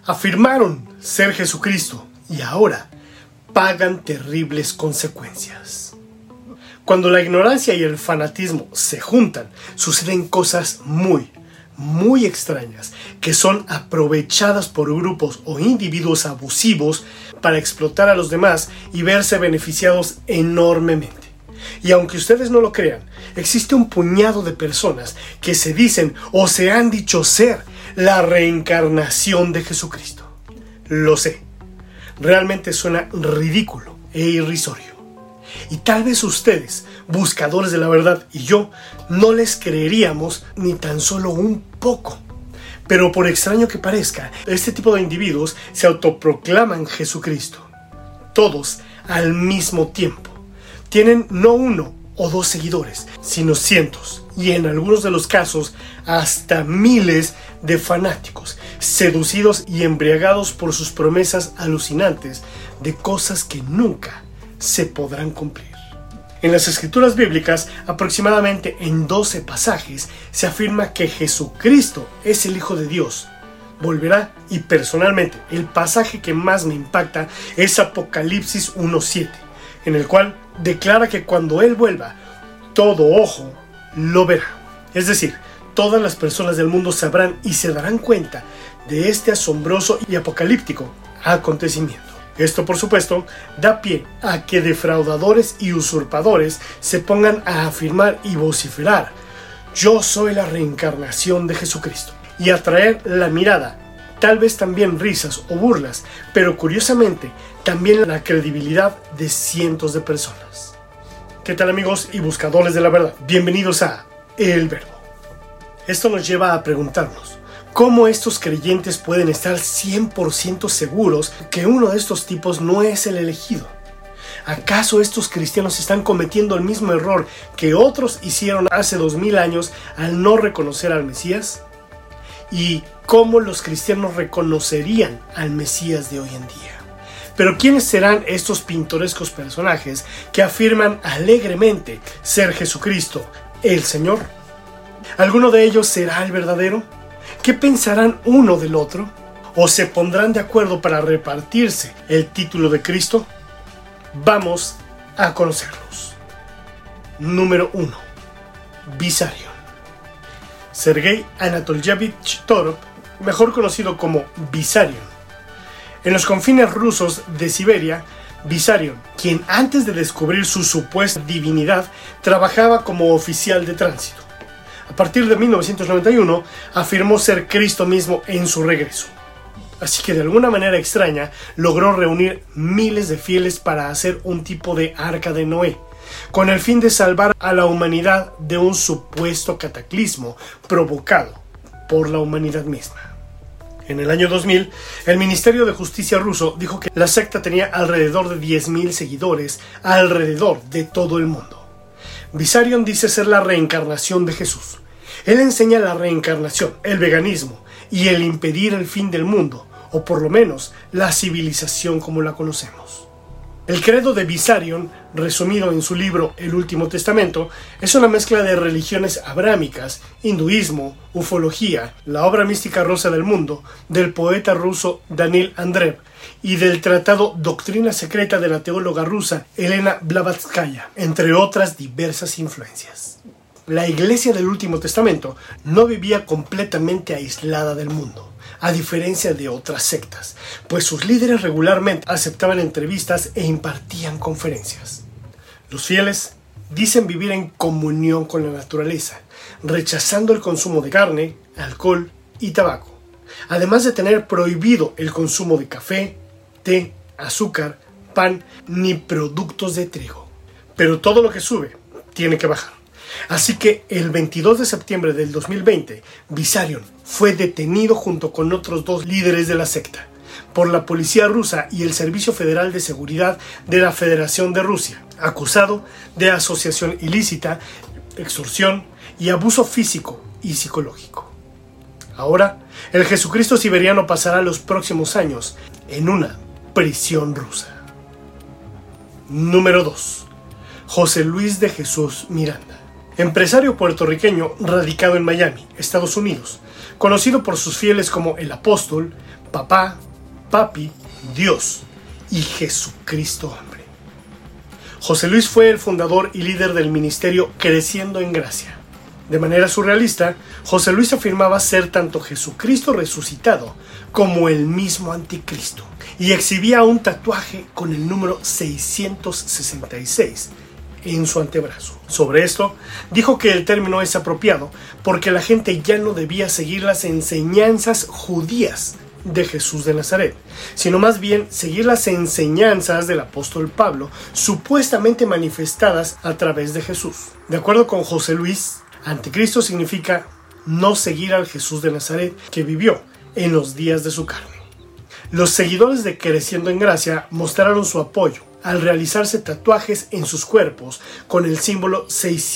Afirmaron ser Jesucristo y ahora pagan terribles consecuencias. Cuando la ignorancia y el fanatismo se juntan, suceden cosas muy extrañas que son aprovechadas por grupos o individuos abusivos para explotar a los demás y verse beneficiados enormemente. Y aunque ustedes no lo crean, existe un puñado de personas que se dicen o se han dicho ser la reencarnación de Jesucristo. Lo sé, realmente suena ridículo e irrisorio. Y tal vez ustedes, buscadores de la verdad, y yo, no les creeríamos ni tan solo un poco. Pero por extraño que parezca, este tipo de individuos se autoproclaman Jesucristo. Todos al mismo tiempo. Tienen no uno o dos seguidores, sino cientos, y en algunos de los casos hasta miles de fanáticos, seducidos y embriagados por sus promesas alucinantes de cosas que nunca se podrán cumplir. En las escrituras bíblicas, aproximadamente en 12 pasajes, se afirma que Jesucristo es el Hijo de Dios. Volverá, y personalmente el pasaje que más me impacta es Apocalipsis 1:7, en el cual declara que cuando Él vuelva, todo ojo lo verá. Es decir, todas las personas del mundo sabrán y se darán cuenta de este asombroso y apocalíptico acontecimiento. Esto, por supuesto, da pie a que defraudadores y usurpadores se pongan a afirmar y vociferar: yo soy la reencarnación de Jesucristo, y atraer la mirada, tal vez también risas o burlas, pero curiosamente también la credibilidad de cientos de personas. ¿Qué tal, amigos y buscadores de la verdad? Bienvenidos a El Verbo. Esto nos lleva a preguntarnos: ¿cómo estos creyentes pueden estar 100% seguros que uno de estos tipos no es el elegido? ¿Acaso estos cristianos están cometiendo el mismo error que otros hicieron hace 2000 años al no reconocer al Mesías? ¿Y cómo los cristianos reconocerían al Mesías de hoy en día? Pero ¿quiénes serán estos pintorescos personajes que afirman alegremente ser Jesucristo, el Señor? ¿Alguno de ellos será el verdadero? ¿Qué pensarán uno del otro? ¿O se pondrán de acuerdo para repartirse el título de Cristo? Vamos a conocerlos. Número 1. Vissarion. Sergei Anatolyevich Torop, mejor conocido como Vissarion. En los confines rusos de Siberia, Vissarion, quien antes de descubrir su supuesta divinidad, trabajaba como oficial de tránsito. A partir de 1991, afirmó ser Cristo mismo en su regreso. Así que de alguna manera extraña, logró reunir miles de fieles para hacer un tipo de arca de Noé, con el fin de salvar a la humanidad de un supuesto cataclismo provocado por la humanidad misma. En el año 2000, el Ministerio de Justicia ruso dijo que la secta tenía alrededor de 10,000 seguidores alrededor de todo el mundo. Vissarion dice ser la reencarnación de Jesús. Él enseña la reencarnación, el veganismo y el impedir el fin del mundo, o por lo menos la civilización como la conocemos. El credo de Vissarion, resumido en su libro El Último Testamento, es una mezcla de religiones abrámicas, hinduismo, ufología, la obra mística rosa del mundo, del poeta ruso Daniil Andreev y del tratado Doctrina Secreta de la teóloga rusa Elena Blavatsky, entre otras diversas influencias. La Iglesia del Último Testamento no vivía completamente aislada del mundo, a diferencia de otras sectas, pues sus líderes regularmente aceptaban entrevistas e impartían conferencias. Los fieles dicen vivir en comunión con la naturaleza, rechazando el consumo de carne, alcohol y tabaco, además de tener prohibido el consumo de café, té, azúcar, pan ni productos de trigo. Pero todo lo que sube tiene que bajar. Así que el 22 de septiembre del 2020, Vissarion fue detenido junto con otros 2 líderes de la secta por la policía rusa y el Servicio Federal de Seguridad de la Federación de Rusia, acusado de asociación ilícita, extorsión y abuso físico y psicológico. Ahora, el Jesucristo siberiano pasará los próximos años en una prisión rusa. Número 2. José Luis de Jesús Miranda. Empresario puertorriqueño radicado en Miami, Estados Unidos, conocido por sus fieles como el Apóstol, papá, papi, Dios y Jesucristo hombre. José Luis fue el fundador y líder del ministerio Creciendo en Gracia. De manera surrealista, José Luis afirmaba ser tanto Jesucristo resucitado como el mismo anticristo, y exhibía un tatuaje con el número 666 en su antebrazo. Sobre esto, dijo que el término es apropiado porque la gente ya no debía seguir las enseñanzas judías de Jesús de Nazaret, sino más bien seguir las enseñanzas del apóstol Pablo, supuestamente manifestadas a través de Jesús. De acuerdo con José Luis, anticristo significa no seguir al Jesús de Nazaret que vivió en los días de su carne. Los seguidores de Creciendo en Gracia mostraron su apoyo al realizarse tatuajes en sus cuerpos con el símbolo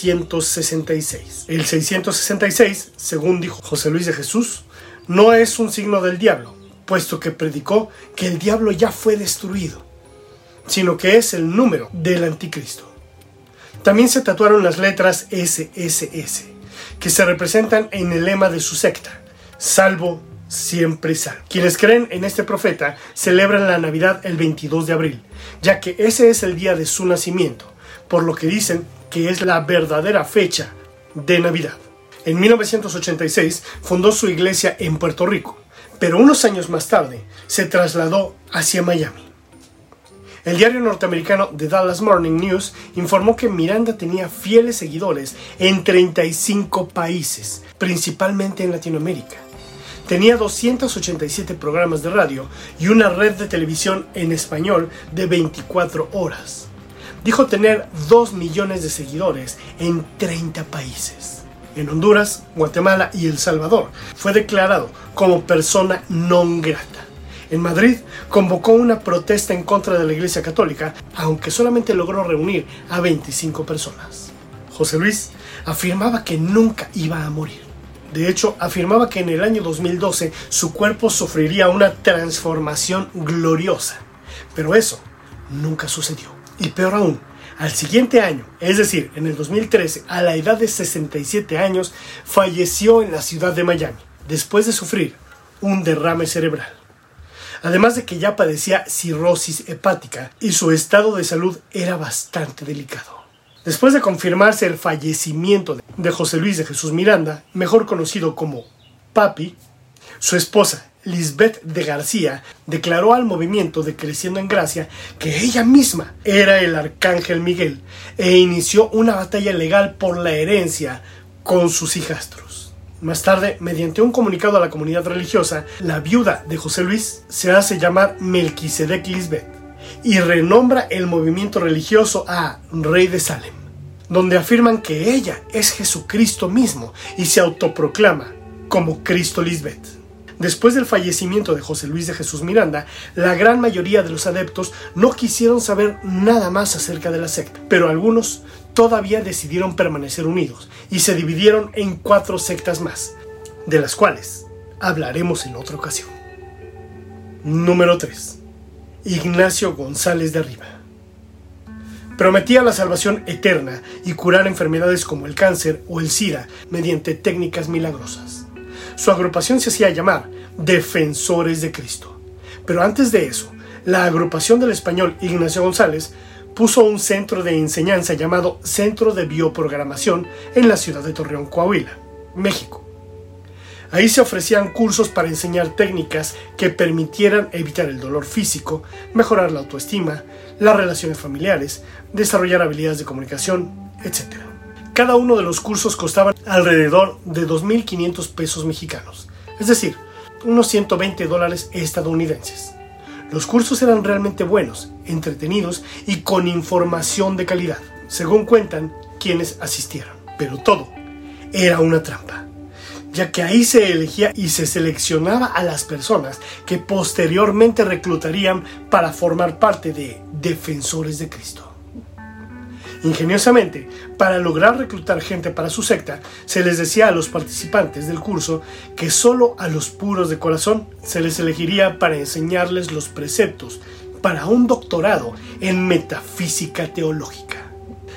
666. El 666, según dijo José Luis de Jesús, no es un signo del diablo, puesto que predicó que el diablo ya fue destruido, sino que es el número del anticristo. También se tatuaron las letras SSS, que se representan en el lema de su secta: salvo, siempre salvo. Quienes creen en este profeta celebran la Navidad el 22 de abril, ya que ese es el día de su nacimiento, por lo que dicen que es la verdadera fecha de Navidad. En 1986 fundó su iglesia en Puerto Rico, pero unos años más tarde se trasladó hacia Miami. El diario norteamericano The Dallas Morning News informó que Miranda tenía fieles seguidores en 35 países, principalmente en Latinoamérica. Tenía 287 programas de radio y una red de televisión en español de 24 horas. Dijo tener 2 millones de seguidores en 30 países. En Honduras, Guatemala y El Salvador fue declarado como persona non grata. En Madrid convocó una protesta en contra de la Iglesia Católica, aunque solamente logró reunir a 25 personas. José Luis afirmaba que nunca iba a morir. De hecho, afirmaba que en el año 2012 su cuerpo sufriría una transformación gloriosa. Pero eso nunca sucedió. Y peor aún, al siguiente año, es decir, en el 2013, a la edad de 67 años, falleció en la ciudad de Miami, después de sufrir un derrame cerebral. Además de que ya padecía cirrosis hepática y su estado de salud era bastante delicado. Después de confirmarse el fallecimiento de José Luis de Jesús Miranda, mejor conocido como Papi, su esposa Lisbeth de García declaró al movimiento de Creciendo en Gracia que ella misma era el arcángel Miguel e inició una batalla legal por la herencia con sus hijastros. Más tarde, mediante un comunicado a la comunidad religiosa, la viuda de José Luis se hace llamar Melquisedec Lisbeth y renombra el movimiento religioso a Rey de Salem, donde afirman que ella es Jesucristo mismo y se autoproclama como Cristo Lisbeth. Después del fallecimiento de José Luis de Jesús Miranda, la gran mayoría de los adeptos no quisieron saber nada más acerca de la secta, pero algunos todavía decidieron permanecer unidos y se dividieron en 4 sectas más, de las cuales hablaremos en otra ocasión. Número 3. Ignacio González de Arriba. Prometía la salvación eterna y curar enfermedades como el cáncer o el SIDA mediante técnicas milagrosas. Su agrupación se hacía llamar Defensores de Cristo. Pero antes de eso, la agrupación del español Ignacio González puso un centro de enseñanza llamado Centro de Bioprogramación en la ciudad de Torreón, Coahuila, México. Ahí se ofrecían cursos para enseñar técnicas que permitieran evitar el dolor físico, mejorar la autoestima, las relaciones familiares, desarrollar habilidades de comunicación, etc. Cada uno de los cursos costaba alrededor de 2,500 pesos mexicanos, es decir, unos $120 estadounidenses. Los cursos eran realmente buenos, entretenidos y con información de calidad, según cuentan quienes asistieron. Pero todo era una trampa, ya que ahí se elegía y se seleccionaba a las personas que posteriormente reclutarían para formar parte de Defensores de Cristo. Ingeniosamente, para lograr reclutar gente para su secta, se les decía a los participantes del curso que solo a los puros de corazón se les elegiría para enseñarles los preceptos para un doctorado en metafísica teológica.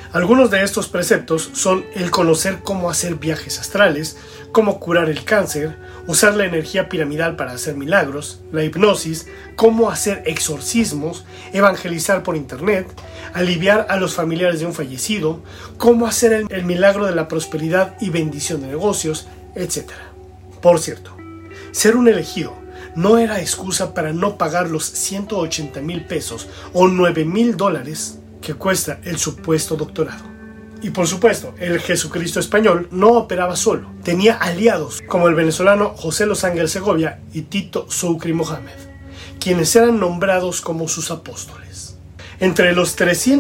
Algunos de estos preceptos son el conocer cómo hacer viajes astrales, cómo curar el cáncer, usar la energía piramidal para hacer milagros, la hipnosis, cómo hacer exorcismos, evangelizar por internet, aliviar a los familiares de un fallecido, cómo hacer el milagro de la prosperidad y bendición de negocios, etc. Por cierto, ser un elegido no era excusa para no pagar los 180,000 pesos o $9,000 que cuesta el supuesto doctorado. Y por supuesto, el Jesucristo español no operaba solo. Tenía aliados como el venezolano José Lozángel Segovia y Tito Sucre Mohamed, quienes eran nombrados como sus apóstoles. Entre los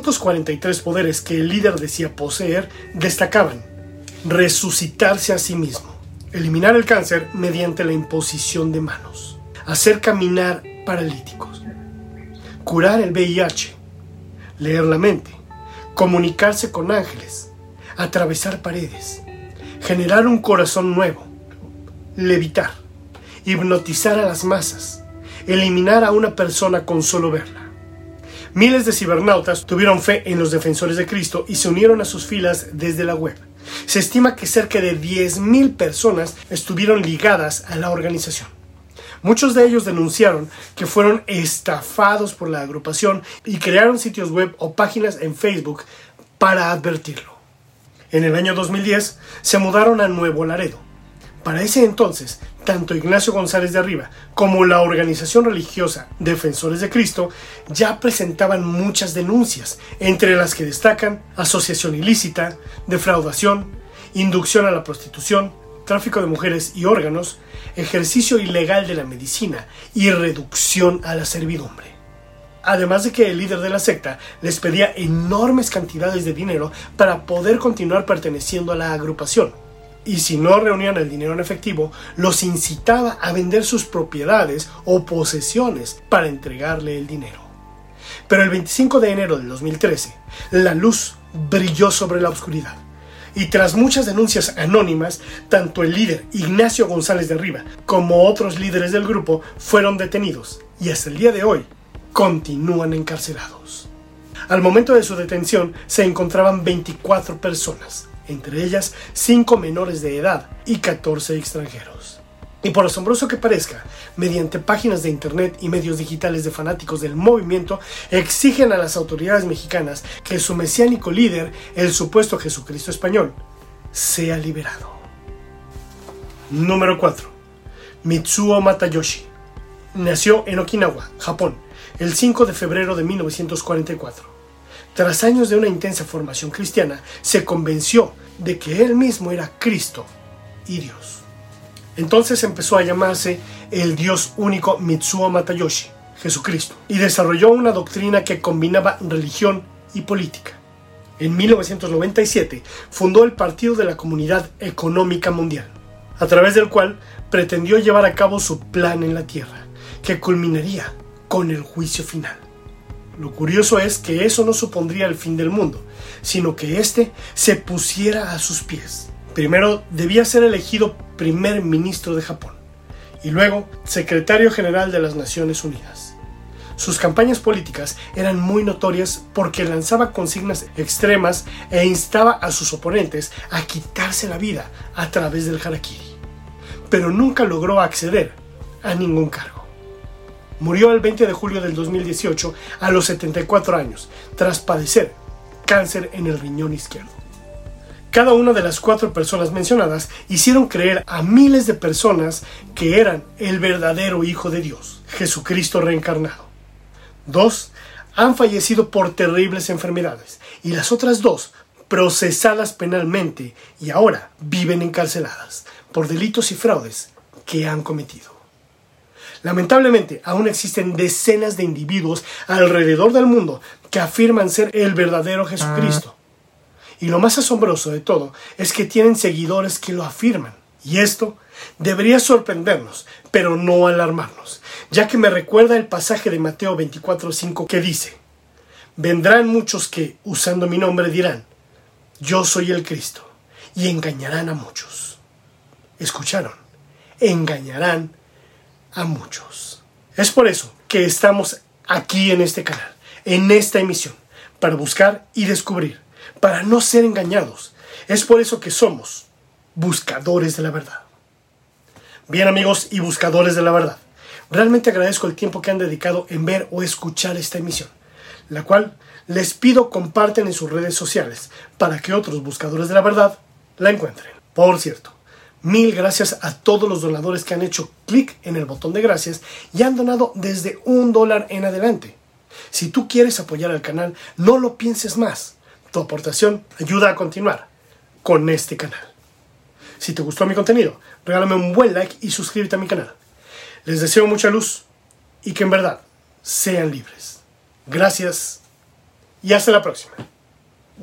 343 poderes que el líder decía poseer, destacaban resucitarse a sí mismo, eliminar el cáncer mediante la imposición de manos, hacer caminar paralíticos, curar el VIH, leer la mente, comunicarse con ángeles, atravesar paredes, generar un corazón nuevo, levitar, hipnotizar a las masas, eliminar a una persona con solo verla. Miles de cibernautas tuvieron fe en los defensores de Cristo y se unieron a sus filas desde la web. Se estima que cerca de 10,000 personas estuvieron ligadas a la organización. Muchos de ellos denunciaron que fueron estafados por la agrupación y crearon sitios web o páginas en Facebook para advertirlo. En el año 2010 se mudaron a Nuevo Laredo. Para ese entonces, tanto Ignacio González de Arriba como la organización religiosa Defensores de Cristo ya presentaban muchas denuncias, entre las que destacan asociación ilícita, defraudación, inducción a la prostitución, tráfico de mujeres y órganos, ejercicio ilegal de la medicina y reducción a la servidumbre. Además de que el líder de la secta les pedía enormes cantidades de dinero para poder continuar perteneciendo a la agrupación. Y si no reunían el dinero en efectivo, los incitaba a vender sus propiedades o posesiones para entregarle el dinero. Pero el 25 de enero del 2013, la luz brilló sobre la oscuridad. Y tras muchas denuncias anónimas, tanto el líder Ignacio González de Arriba como otros líderes del grupo fueron detenidos y hasta el día de hoy continúan encarcelados. Al momento de su detención se encontraban 24 personas, entre ellas 5 menores de edad y 14 extranjeros. Y por asombroso que parezca, mediante páginas de internet y medios digitales de fanáticos del movimiento, exigen a las autoridades mexicanas que su mesiánico líder, el supuesto Jesucristo español, sea liberado. Número 4. Mitsuo Matayoshi. Nació en Okinawa, Japón, el 5 de febrero de 1944. Tras años de una intensa formación cristiana, se convenció de que él mismo era Cristo y Dios. Entonces empezó a llamarse el Dios único Mitsuo Matayoshi, Jesucristo, y desarrolló una doctrina que combinaba religión y política. En 1997 fundó el Partido de la Comunidad Económica Mundial, a través del cual pretendió llevar a cabo su plan en la Tierra, que culminaría con el juicio final. Lo curioso es que eso no supondría el fin del mundo, sino que éste se pusiera a sus pies. Primero debía ser elegido primer ministro de Japón y luego secretario general de las Naciones Unidas. Sus campañas políticas eran muy notorias porque lanzaba consignas extremas e instaba a sus oponentes a quitarse la vida a través del harakiri, pero nunca logró acceder a ningún cargo. Murió el 20 de julio del 2018 a los 74 años, tras padecer cáncer en el riñón izquierdo. Cada una de las 4 personas mencionadas hicieron creer a miles de personas que eran el verdadero Hijo de Dios, Jesucristo reencarnado. 2 han fallecido por terribles enfermedades y las otras 2 procesadas penalmente y ahora viven encarceladas por delitos y fraudes que han cometido. Lamentablemente, aún existen decenas de individuos alrededor del mundo que afirman ser el verdadero Jesucristo. Y lo más asombroso de todo es que tienen seguidores que lo afirman. Y esto debería sorprendernos, pero no alarmarnos, ya que me recuerda el pasaje de Mateo 24:5 que dice: vendrán muchos que, usando mi nombre, dirán, yo soy el Cristo, y engañarán a muchos. ¿Escucharon? Engañarán a muchos. Es por eso que estamos aquí en este canal, en esta emisión, para buscar y descubrir para no ser engañados. Es por eso que somos buscadores de la verdad. Bien, amigos y buscadores de la verdad, realmente agradezco el tiempo que han dedicado en ver o escuchar esta emisión, la cual les pido comparten en sus redes sociales para que otros buscadores de la verdad la encuentren. Por cierto, mil gracias a todos los donadores que han hecho clic en el botón de gracias y han donado desde $1 en adelante. Si tú quieres apoyar al canal, no lo pienses más. Tu aportación ayuda a continuar con este canal. Si te gustó mi contenido, regálame un buen like y suscríbete a mi canal. Les deseo mucha luz y que en verdad sean libres. Gracias y hasta la próxima.